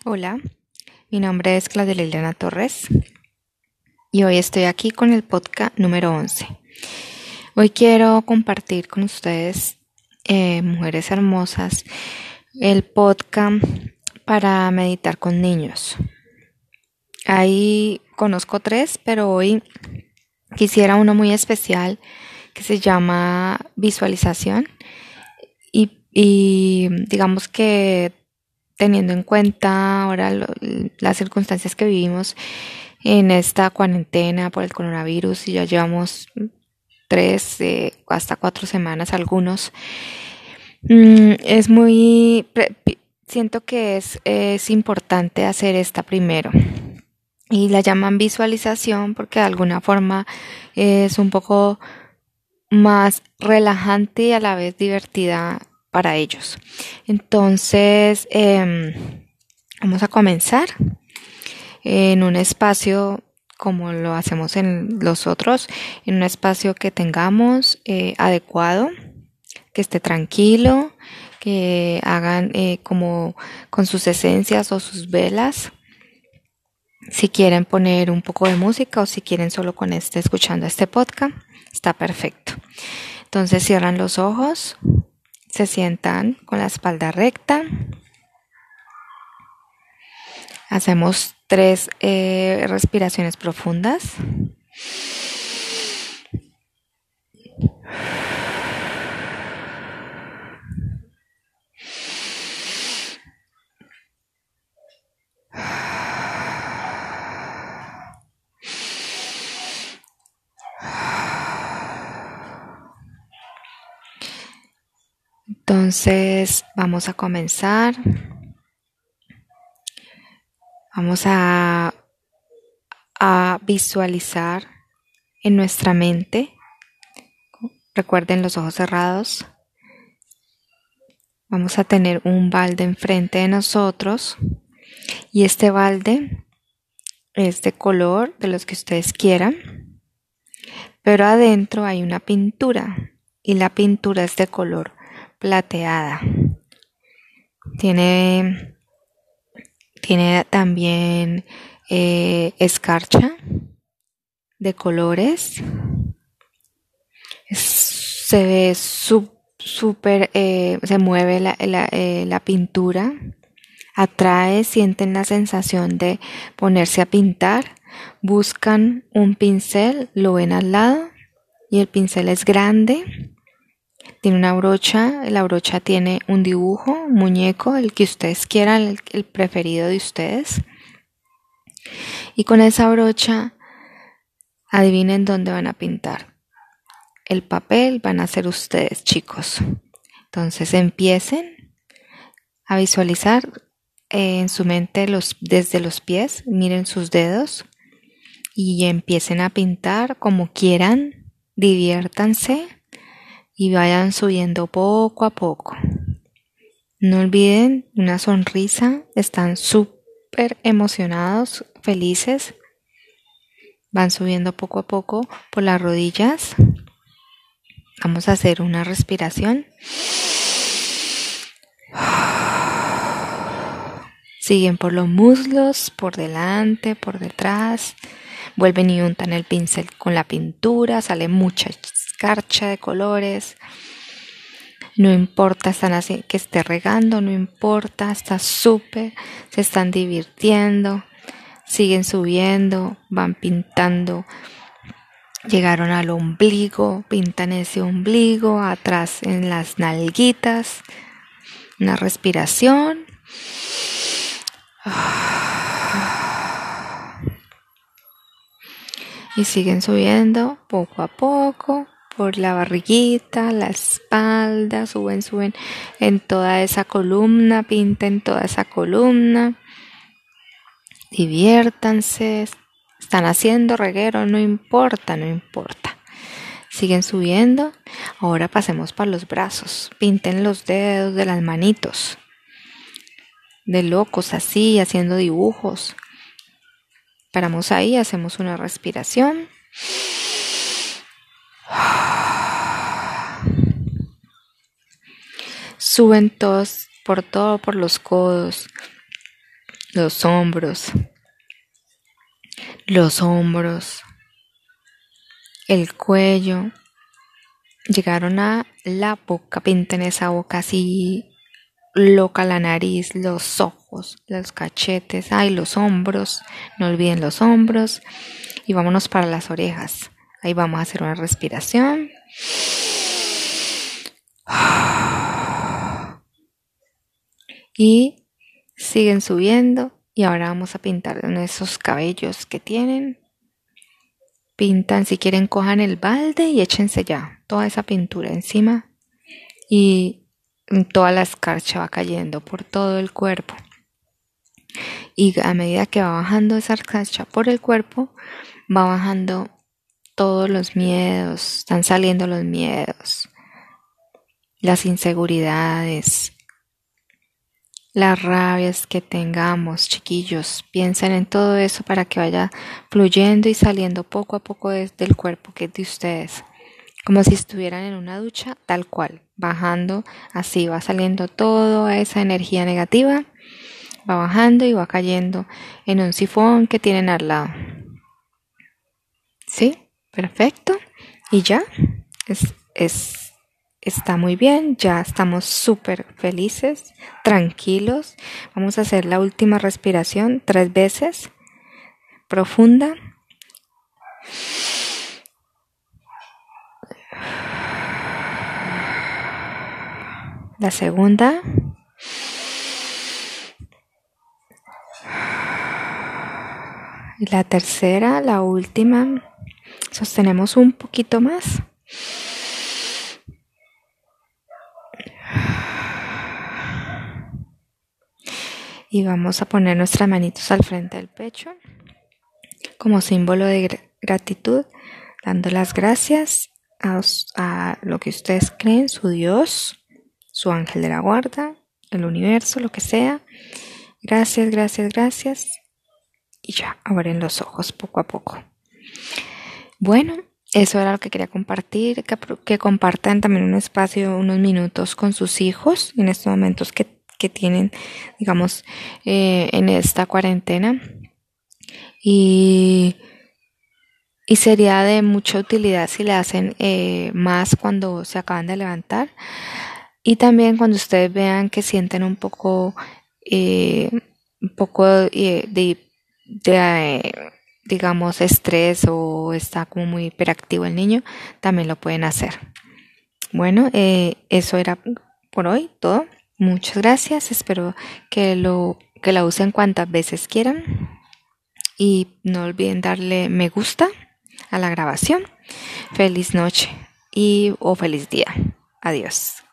Hola, mi nombre es Claudia Liliana Torres y hoy estoy aquí con el podcast número 11. Hoy quiero compartir con ustedes, mujeres hermosas, el podcast para meditar con niños. Ahí conozco tres, pero hoy quisiera uno muy especial que se llama visualización y digamos que teniendo en cuenta ahora las circunstancias que vivimos en esta cuarentena por el coronavirus y ya llevamos 3 hasta 4 semanas algunos, es siento que es importante hacer esta primero. Y la llaman visualización porque de alguna forma es un poco más relajante y a la vez divertida para ellos. Entonces, vamos a comenzar en un espacio como lo hacemos en los otros, en un espacio que tengamos adecuado, que esté tranquilo, que hagan como con sus esencias o sus velas. Si quieren poner un poco de música o si quieren solo con escuchando este podcast, está perfecto. Entonces cierran los ojos, se sientan con la espalda recta. Hacemos 3 respiraciones profundas. Entonces vamos a comenzar. Vamos a visualizar en nuestra mente. Recuerden los ojos cerrados. Vamos a tener un balde enfrente de nosotros y este balde es de color de los que ustedes quieran, pero adentro hay una pintura y la pintura es de color plateada. Tiene también escarcha de colores. Se ve súper, se mueve la pintura, atrae, sienten la sensación de ponerse a pintar, buscan un pincel, lo ven al lado y el pincel es grande, tiene una brocha, la brocha tiene un dibujo, un muñeco, el que ustedes quieran, el preferido de ustedes, y con esa brocha adivinen dónde van a pintar. El papel van a ser ustedes, chicos. Entonces empiecen a visualizar en su mente desde los pies, miren sus dedos y empiecen a pintar como quieran, diviértanse y vayan subiendo poco a poco. No olviden una sonrisa, están súper emocionados, felices. Van subiendo poco a poco por las rodillas. Vamos a hacer una respiración. Siguen por los muslos, por delante, por detrás. Vuelven y untan el pincel con la pintura. Sale mucha escarcha de colores. No importa que esté regando, no importa, está súper. Se están divirtiendo. Siguen subiendo, van pintando. Llegaron al ombligo, pintan ese ombligo, atrás en las nalguitas. Una respiración. Y siguen subiendo poco a poco por la barriguita, la espalda, suben en toda esa columna, pinten toda esa columna. Diviértanse, están haciendo reguero, no importa, no importa. Siguen subiendo. Ahora pasemos para los brazos. Pinten los dedos de las manitos. De locos así, haciendo dibujos. Paramos ahí, hacemos una respiración. Suben todos por los codos. los hombros, los hombros, el cuello. Llegaron a la boca, pinten esa boca así loca, la nariz, los ojos, los cachetes, ay, los hombros, no olviden los hombros y vámonos para las orejas. Ahí vamos a hacer una respiración. Y siguen subiendo y ahora vamos a pintar en esos cabellos que tienen. Pintan, si quieren cojan el balde y échense ya toda esa pintura encima y toda la escarcha va cayendo por todo el cuerpo. Y a medida que va bajando esa escarcha por el cuerpo, va bajando todos los miedos, están saliendo los miedos, las inseguridades, las rabias que tengamos, chiquillos. Piensen en todo eso para que vaya fluyendo y saliendo poco a poco desde el cuerpo que es de ustedes. Como si estuvieran en una ducha, tal cual, bajando, así va saliendo toda esa energía negativa, va bajando y va cayendo en un sifón que tienen al lado. ¿Sí? Perfecto. Y ya, está muy bien, ya estamos súper felices, tranquilos. Vamos a hacer la última respiración 3 veces, profunda. La segunda. Y la tercera, la última. Sostenemos un poquito más. Y vamos a poner nuestras manitos al frente del pecho como símbolo de gratitud, dando las gracias a lo que ustedes creen, su Dios, su ángel de la guarda, el universo, lo que sea. Gracias, gracias, gracias. Y ya, abren los ojos poco a poco. Bueno, eso era lo que quería compartir, que compartan también un espacio, unos minutos con sus hijos en estos momentos que tienen, digamos, en esta cuarentena. Y sería de mucha utilidad si le hacen más cuando se acaban de levantar. Y también cuando ustedes vean que sienten un poco digamos, estrés o está como muy hiperactivo el niño, también lo pueden hacer. Bueno, eso era por hoy todo. Muchas gracias. Espero que la usen cuantas veces quieran. Y no olviden darle me gusta a la grabación. Feliz noche o feliz día. Adiós.